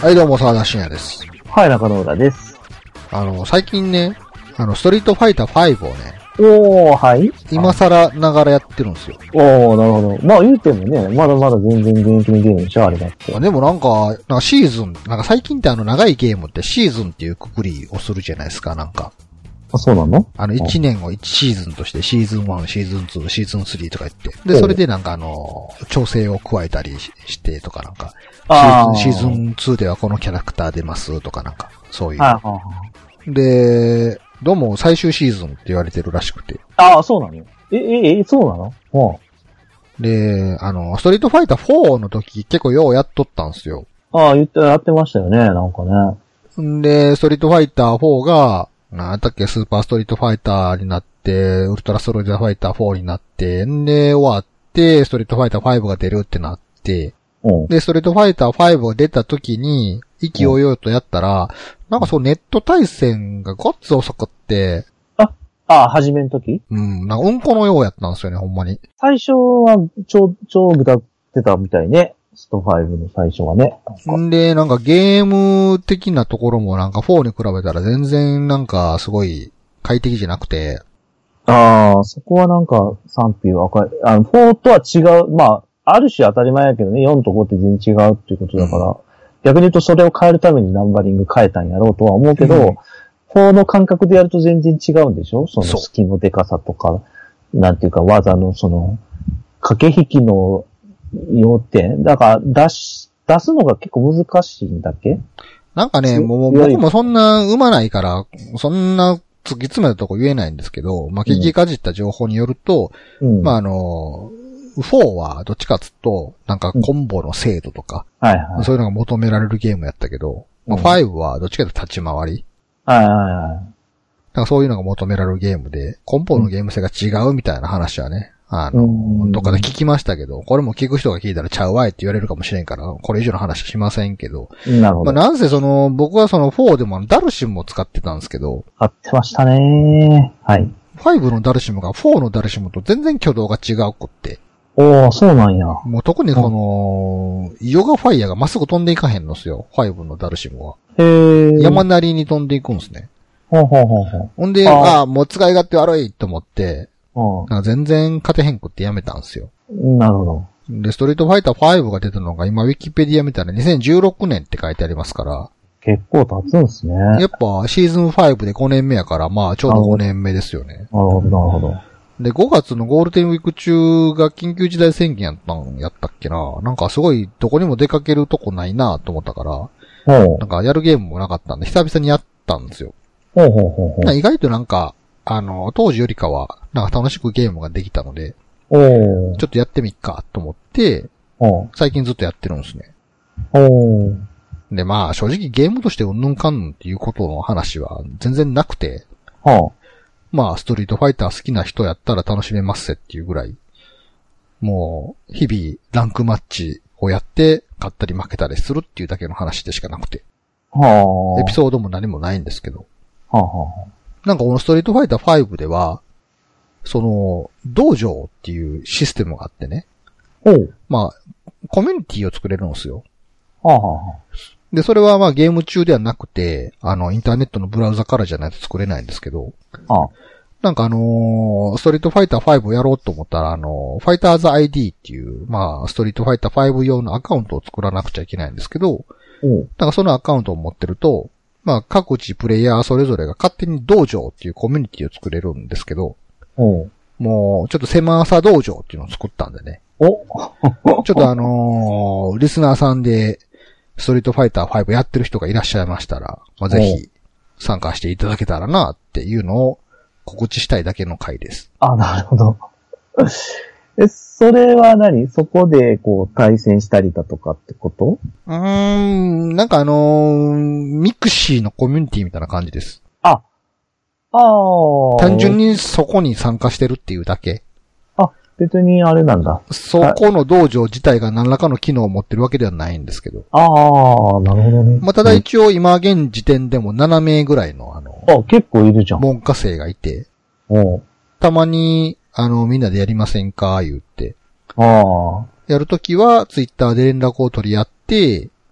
はい、どうも、沢田信也です。 はい、中野浦です。 最近ね、ストリートファイター5をね、 はい。 今更ながらやってるんですよ。 なるほど。まあ言うてもね、まだまだ全然現役のゲームでしょ、あれだって。 でもなんかシーズン、なんか最近って長いゲームってシーズンっていうくくりをするじゃないですか、なんか。 あ、そうなの 1年を1シーズンとしてシーズン1、シーズン2、シーズン3とか言って。で、それでなんか調整を加えたりしてとかなんか、シーズン2ではこのキャラクター出ますとかなんか、そういう。で、どうも最終シーズンって言われてるらしくて。 ああ、そうなのそうなので、ストリートファイター4の時結構ようやっとったんすよ。 やってましたよね、なんかね。 んで、ストリートファイター4が、なんだっけ、スーパーストリートファイターになって、ウルトラストリートファイター4になって、んで、終わって、ストリートファイター5が出るってなって、で、ストリートファイター5が出た時に、意気揚々とやったら、なんかそうネット対戦がごっつ遅くって、 初めの時なんかうんこのようやったんですよね、ほんまに。 最初は、超歌ってたみたいね。スト5の最初はね。 んで、なんかゲーム的なところもなんか4に比べたら全然なんかすごい快適じゃなくて。 そこはなんか賛否分かれ、4とは違う、まあ、ある種当たり前やけどね、4と5って全然違うっていうことだから、逆に言うとそれを変えるためにナンバリング変えたんやろうとは思うけど、4の感覚でやると全然違うんでしょ？そのスキンのデカさとか、なんていうか技のその、駆け引きの要点。だから出すのが結構難しいんだっけ？ なんかね、もう僕もそんな上手ないから、そんな突き詰めたとこ言えないんですけど、まあ、聞きかじった情報によると、まあ、4はどっちかつと、なんかコンボの精度とか、そういうのが求められるゲームやったけど、まあ、5はどっちかというと立ち回り。なんかそういうのが求められるゲームで、コンボのゲーム性が違うみたいな話はね、どっかで聞きましたけど、これも聞く人が聞いたらちゃうわいって言われるかもしれんから、これ以上の話はしませんけど。 なるほど。 まあ、なんせ僕は4でもダルシムを使ってたんですけど。 使ってましたね。はい。 5のダルシムが4のダルシムと全然挙動が違うくって。 そうなんや。 もう特にヨガファイヤーがまっすぐ飛んでいかへんのすよ。5のダルシムは。山なりに飛んでいくんですね。ほんで、もう使い勝手悪いと思って、なんか全然勝てへんくってやめたんですよ。 なるほど。 で、ストリートファイター5が出たのが今ウィキペディア見たら2016年って書いてありますから。 結構経つんですね。 やっぱシーズン5で5年目やから、まあちょうど5年目ですよね。 なるほど。 で、5月のゴールデンウィーク中が緊急事態宣言やったっけな。なんかすごいどこにも出かけるとこないなと思ったから、なんかやるゲームもなかったんで、久々にやったんですよ。意外となんか、当時よりかは、なんか楽しくゲームができたので、ちょっとやってみっかと思って、最近ずっとやってるんですね。で、まあ正直ゲームとしてうんぬんかんぬんっていうことの話は全然なくて、まあストリートファイター好きな人やったら楽しめますっていうぐらい、もう日々ランクマッチをやって勝ったり負けたりするっていうだけの話でしかなくて、エピソードも何もないんですけど、なんかこのストリートファイター5では、道場っていうシステムがあってね。まあ、コミュニティを作れるんですよ。で、それはまあゲーム中ではなくて、インターネットのブラウザからじゃないと作れないんですけど、なんかストリートファイター5をやろうと思ったら、ファイターズ ID っていう、まあ、ストリートファイター5用のアカウントを作らなくちゃいけないんですけど、なんかそのアカウントを持ってると、まあ、各地プレイヤーそれぞれが勝手に道場っていうコミュニティを作れるんですけど、もう、ちょっと狭さ道場っていうのを作ったんでね。ちょっとリスナーさんで、ストリートファイター5やってる人がいらっしゃいましたら、まあ、ぜひ参加していただけたらなっていうのを告知したいだけの回です。 なるほど。それはそこで対戦したりだとかってこと？ なんかミクシーのコミュニティみたいな感じです。単純にそこに参加してるっていうだけ。 別にあれなんだ。 そこの道場自体が何らかの機能を持ってるわけではないんですけど。 なるほどね。 まあ、ただ一応今現時点でも7名ぐらいの結構いるじゃん。 門下生がいて。たまに、みんなでやりませんか言って。やるときは、ツイッターで連絡を取り合って、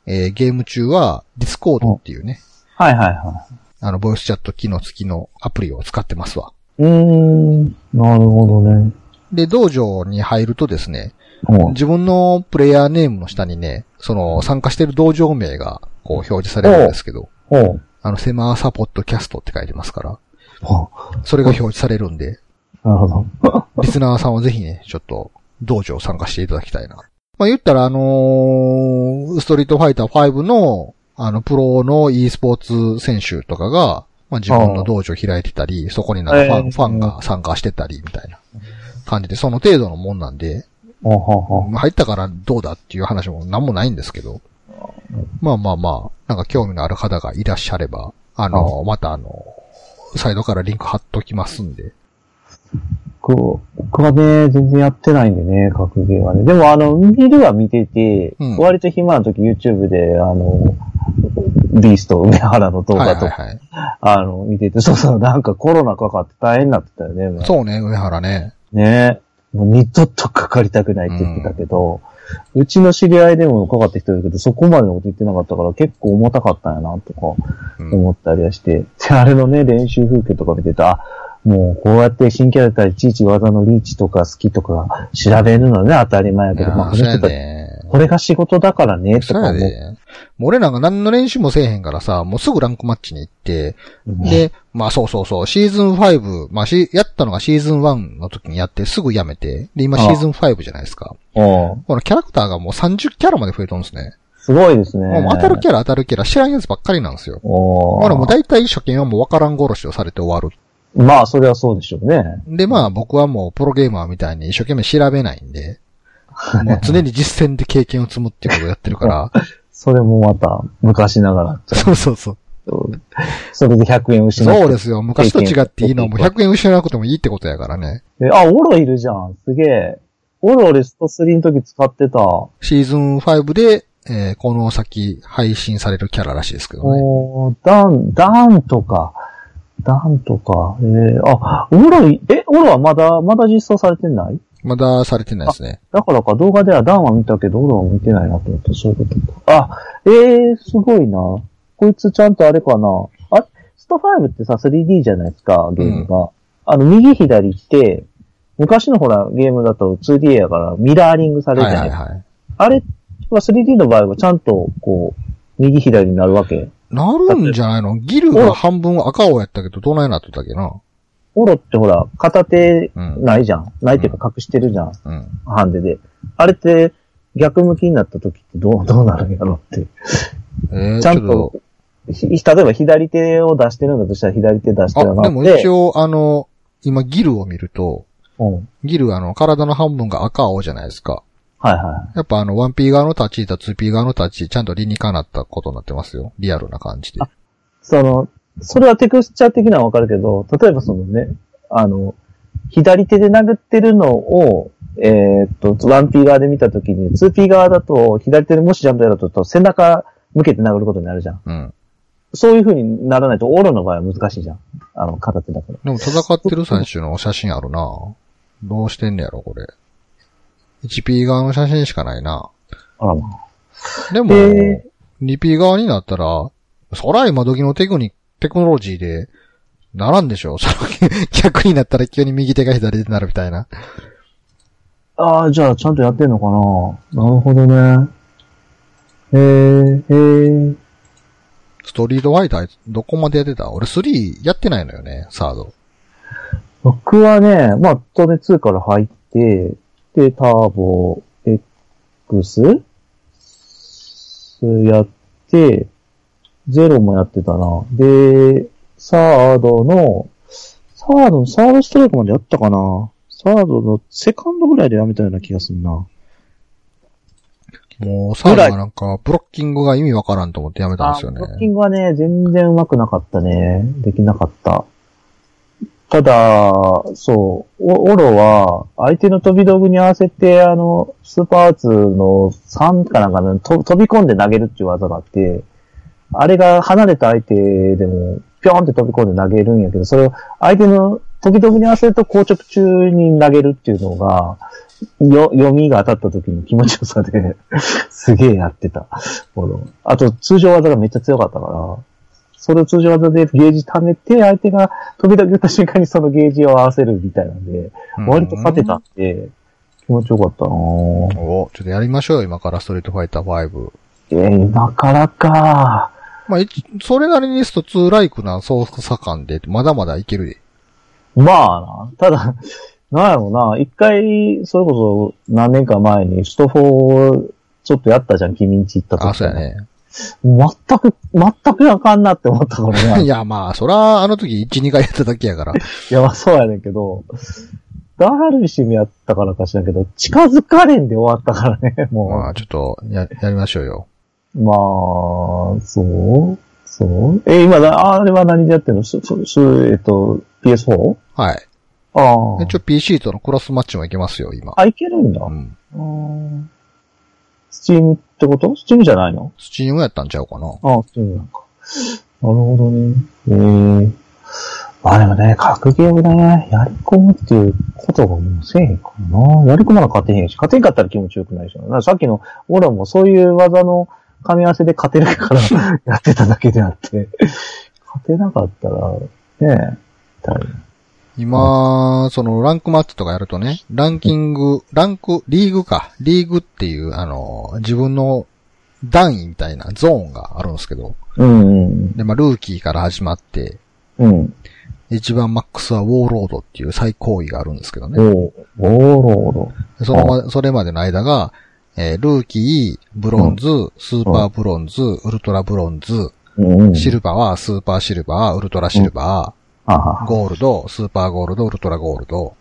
ゲーム中はディスコードっていうね。 はいはいはい。ボイスチャット機能付きのアプリを使ってますわ。 なるほどね。 で、道場に入るとですね、自分のプレイヤーネームの下にね、その参加してる道場名がこう表示されるんですけど、セマーサポッドキャストって書いてますから、それが表示されるんで、 なるほど。 リスナーさんはぜひね、ちょっと道場参加していただきたいな。まあ言ったらストリートファイター5のプロの e スポーツ選手とかが、まあ自分の道場開いてたり、そこになんかファンが参加してたりみたいな感じで、その程度のもんなんで、入ったからどうだっていう話もなんもないんですけど、まあ、なんか興味のある方がいらっしゃれば、またサイドからリンク貼っときますんで。 僕はね、全然やってないんでね、格ゲーはね。でも見るは見てて、割と暇な時 YouTube で、ビースト梅原の動画とか、見てて、そう、なんかコロナかかって大変になってたよね。 そうね、梅原ね。 ね。もう二度とかかりたくないって言ってたけど、うちの知り合いでもかかってきてるけど、そこまでのこと言ってなかったから結構重たかったんやな、とか思ったりはして。で、あれのね、練習風景とか見てた、もうこうやって新キャラクターいちいち技のリーチとか好きとか調べるのね、当たり前やけど、まあこれが仕事だからね、とか思う。 もう俺なんか何の練習もせえへんからさ、もうすぐランクマッチに行って、で、まあそう、シーズン5、まあやったのがシーズン1の時にやってすぐやめて、で、今シーズン5じゃないですか。このキャラクターがもう30キャラまで増えとるんですね。 すごいですね。 もう当たるキャラ知らんやつばっかりなんですよ。俺もう大体初見はもうわからん殺しをされて終わる。 まあ、それはそうでしょうね。 で、まあ僕はもうプロゲーマーみたいに一生懸命調べないんで、もう常に実践で経験を積むっていうことをやってるから。 それもまた昔ながら。 そう。 それで100円失う。 そうですよ。昔と違っていいのもう100円失うこともいいってことやからね。 オロいるじゃん。すげえ。オロレスト3の時使ってた。 シーズン5で、この先配信されるキャラらしいですけどね。 ダンとか。オロはまだ実装されてない？ まだされてないですね。 だからか、動画ではダンは見たけど、オロは見てないなと思って、そういうことか。すごいな。こいつちゃんとあれかな。スト5ってさ、3D じゃないですか、ゲームが。右左って、昔のほら、ゲームだと 2D やからミラーリングされるじゃないですか。あれは 3D の場合はちゃんと、こう、右左になるわけ？ なるんじゃないの？ギルが半分赤青やったけど、どないなってたっけな？ オロってほら、片手ないじゃん。ないっていうか隠してるじゃん。ハンデで。あれって、逆向きになった時ってどうなるんやろって。ちゃんと、例えば左手を出してるんだとしたら左手出してるなって。でも一応今ギルを見ると、ギル体の半分が赤青じゃないですか。 はいはい。 やっぱ1P 側の立ちと 2P 側の立ち、ちゃんと理にかなったことになってますよ。リアルな感じで。 それはテクスチャー的なのはわかるけど、例えば左手で殴ってるのを、1P 側で見たときに、2P 側だと、左手でもしジャンプやると、背中向けて殴ることになるじゃん。そういう風にならないと、オロの場合は難しいじゃん。片手だから。 でも戦ってる最中の写真あるな。どうしてんねやろ、これ。1P 側の写真しかないな。でも、2P 側になったら、そら今時のテクノロジーで、ならんでしょ。逆になったら急に右手が左手になるみたいな。 じゃあちゃんとやってんのかな？なるほどね。 ストリートファイターどこまでやってた？俺3やってないのよね、サード。 僕はね、まあ、当然2から入って、で、ターボ X やって、0もやってたな。で、サードストライクまでやったかな。サードのセカンドぐらいでやめたような気がするな。 もう、サードはなんか、ブロッキングが意味わからんと思ってやめたんですよね。 ブロッキングはね、全然上手くなかったね。できなかった。ただ、オロは、相手の飛び道具に合わせて、スーパーアーツの3かなんかの飛び込んで投げるっていう技があって、あれが離れた相手でも、ぴょんって飛び込んで投げるんやけど、それを相手の時々に合わせると硬直中に投げるっていうのが、読みが当たった時の気持ちよさで、すげえやってた。あと、通常技がめっちゃ強かったから、それを通常技でゲージ貯めて、相手が時々打った瞬間にそのゲージを合わせるみたいなんで、割と勝てたんで、気持ちよかったなぁ。 お、ちょっとやりましょうよ、今からストリートファイター5。 今からか。 まあ、それなりにスト2ライクな操作感で、まだまだいけるで。 まあな。ただ、なんやろな。一回、それこそ何年か前にスト4をちょっとやったじゃん、君んち行った時。 あ、そうやね。 全くあかんなって思ったからね。 いや、まあ、そら、あの時1、2回やっただけやから。 いや、まあそうやねんけど、ダルシムやったからかしらんけど、近づかれんで終わったからね、もう。 まあ、ちょっと、やりましょうよ。 まあ、そう今、あれは何でやってんのPS4? はい。 ああ。 一応 PC とのクロスマッチもいけますよ、今。 あ、いけるんだ。 うん。 スチームってことスチームじゃないのスチームやったんちゃうかな。 ああ、スチームなんか。なるほどね。まあでもね、格ゲーをね、やり込むっていうことがもうせえへんからな。やり込まな勝てへんし、勝てんかったら気持ちよくないしな。だからさっきの、俺もそういう技の噛み合わせで勝てるからやってただけであって、勝てなかったら、ねえ、 今、そのランクマッチとかやるとね、リーグっていう、自分の段位みたいなゾーンがあるんですけど、で、まあ、ルーキーから始まって、一番マックスはウォーロードっていう最高位があるんですけどね。 ウォーロード。 それまでの間が、ルーキー、ブロンズ、スーパーブロンズ、ウルトラブロンズ、シルバーはスーパーシルバー、ウルトラシルバー、ゴールド、スーパーゴールド、ウルトラゴールド、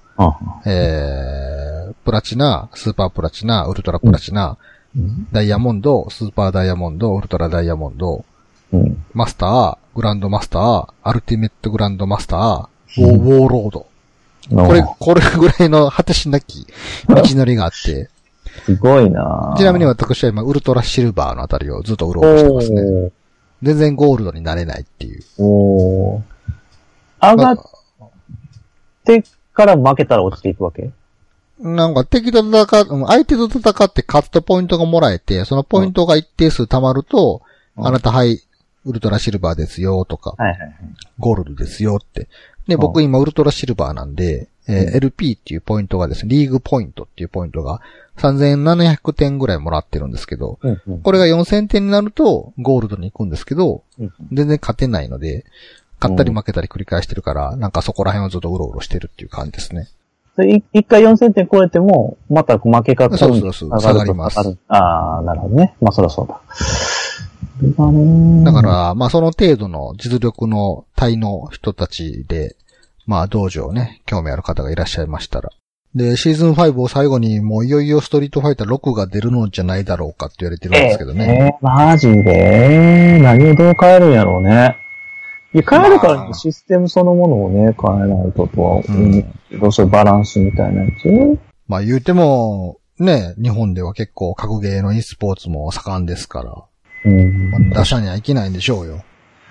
プラチナ、スーパープラチナ、ウルトラプラチナ、ダイヤモンド、スーパーダイヤモンド、ウルトラダイヤモンド、マスター、グランドマスター、アルティメットグランドマスター、ウォーロード。これぐらいの果てしなき道のりがあって、 すごいな。 ちなみに私は今、ウルトラシルバーのあたりをずっとうろうろしてますね。全然ゴールドになれないっていう。 上がってから負けたら落ちていくわけ？ なんか相手と戦って勝つとポイントがもらえて、そのポイントが一定数貯まると、あなたウルトラシルバーですよとか、ゴールドですよって。で、僕今ウルトラシルバーなんで、LP っていうポイントがですね、リーグポイントっていうポイントが3700点ぐらいもらってるんですけど、これが4000点になるとゴールドに行くんですけど、全然勝てないので、勝ったり負けたり繰り返してるから、なんかそこら辺をずっとうろうろしてるっていう感じですね。 一回4000点超えても、また負け方そう、下がります。 ああ、なるほどね。まあそりゃそうだ。 だから、まあその程度の実力の帯の人たちで、まあ道場ね、興味ある方がいらっしゃいましたら。で、シーズン5を最後にもういよいよストリートファイター6が出るのじゃないだろうかって言われてるんですけどね。 マジで何をどう変えるんやろうね。いや、変えるからシステムそのものをね、変えないととは思う。どうせバランスみたいなやつ。 まあ言うても、ね、日本では結構格ゲーの e スポーツも盛んですから。打者にはいけないんでしょうよ。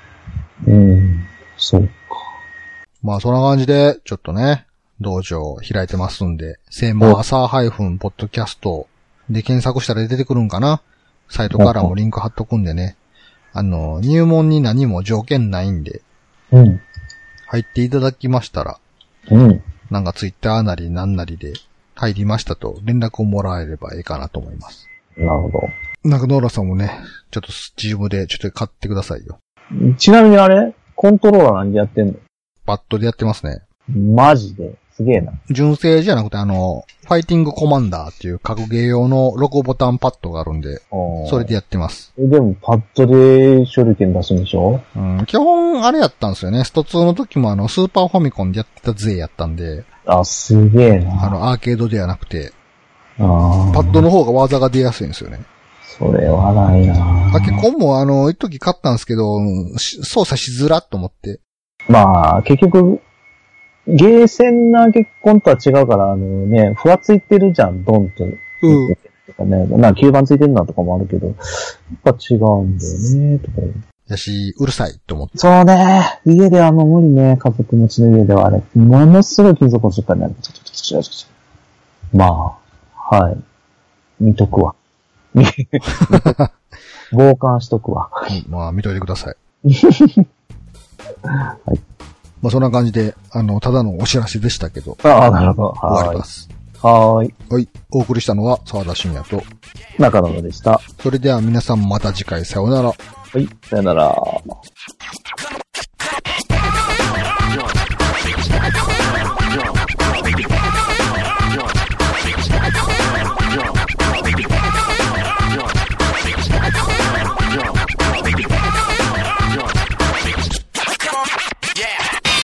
そうか。 まあそんな感じで、ちょっとね、道場開いてますんで、セーマーサー-ポッドキャストで検索したら出てくるんかな。サイトからもリンク貼っとくんでね。入門に何も条件ないんで、入っていただきましたら、なんかツイッターなりなんなりで入りましたと連絡をもらえればいいかなと思います。 なるほど。 なんかノーラさんもね、ちょっとスチームでちょっと買ってくださいよ。 ちなみにあれコントローラー何でやってんの？ パッドでやってますね。 マジですげえな。 純正じゃなくてファイティングコマンダーっていう格ゲー用のロゴボタンパッドがあるんで、それでやってます。 でもパッドで処理権出すんでしょ？ 基本あれやったんですよね。スト2の時もスーパーファミコンでやってた勢やったんで。 あ、すげえな。 アーケードではなくて、パッドの方が技が出やすいんですよね。 それはないな。 結構も一時買ったんですけど、操作しづらっと思って。 まあ、結局、ゲーセンな結婚とは違うから、ふわついてるじゃん、ドンと。とかね。9番ついてるなとかもあるけど、やっぱ違うんだよね、とか。いやし、うるさいと思って。 そうね。家ではもう無理ね。家族持ちの家ではあれ。ものすごい金属音するからね。まあ、はい。見とくわ。傍観しとくわ。 まあ、見といてください。 はい。 まあ、そんな感じで、ただのお知らせでしたけど。 ああ、なるほど。 終わります。 はい。 はい。お送りしたのは沢田信也と中野でした。 それでは皆さんまた次回さようなら。 はい。さよなら。